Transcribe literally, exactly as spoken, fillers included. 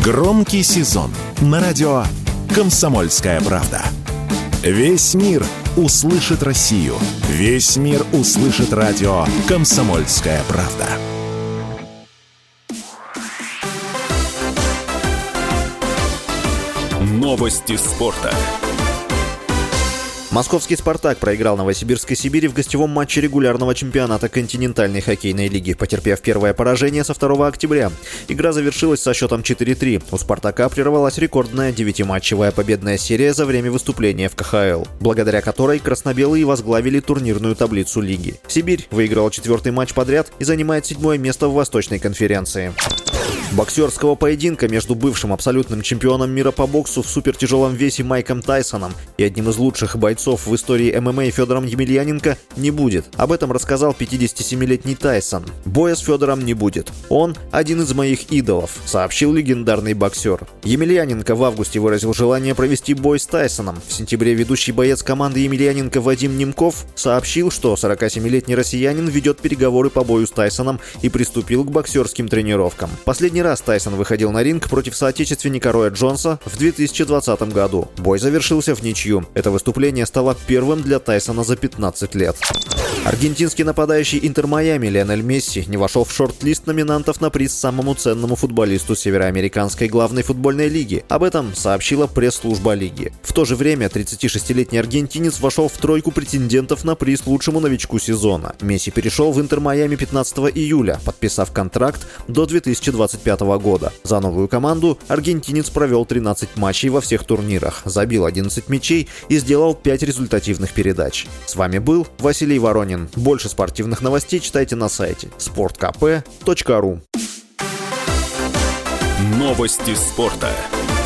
Громкий сезон на радио «Комсомольская правда». Весь мир услышит Россию. Весь мир услышит радио «Комсомольская правда». Новости спорта. Московский «Спартак» проиграл Новосибирской «Сибири» в гостевом матче регулярного чемпионата континентальной хоккейной лиги, потерпев первое поражение со второго октября. Игра завершилась со счетом четыре три. У «Спартака» прервалась рекордная девятиматчевая победная серия за время выступления в ка ха эл, благодаря которой красно-белые возглавили турнирную таблицу лиги. «Сибирь» выиграла четвертый матч подряд и занимает седьмое место в Восточной конференции. Боксерского поединка между бывшим абсолютным чемпионом мира по боксу в супертяжелом весе Майком Тайсоном и одним из лучших бойцов в истории эм эм а Федором Емельяненко не будет. Об этом рассказал пятидесятисемилетний Тайсон. Боя с Федором не будет. Он один из моих идолов, сообщил легендарный боксер. Емельяненко в августе выразил желание провести бой с Тайсоном. В сентябре ведущий боец команды Емельяненко Вадим Немков сообщил, что сорокасемилетний россиянин ведет переговоры по бою с Тайсоном и приступил к боксерским тренировкам. Последний раз Тайсон выходил на ринг против соотечественника Роя Джонса в две тысячи двадцатом году. Бой завершился в ничью. Это выступление стало первым для Тайсона за пятнадцать лет. Аргентинский нападающий Интер Майами Лионель Месси не вошел в шорт-лист номинантов на приз самому ценному футболисту североамериканской главной футбольной лиги. Об этом сообщила пресс-служба лиги. В то же время тридцатишестилетний аргентинец вошел в тройку претендентов на приз лучшему новичку сезона. Месси перешел в Интер Майами пятнадцатого июля, подписав контракт до две тысячи двадцать пятого года. За новую команду аргентинец провел тринадцать матчей во всех турнирах, забил одиннадцать мячей и сделал пять результативных передач. С вами был Василий Воронин. Больше спортивных новостей читайте на сайте спорт ка пэ точка ру. Новости спорта.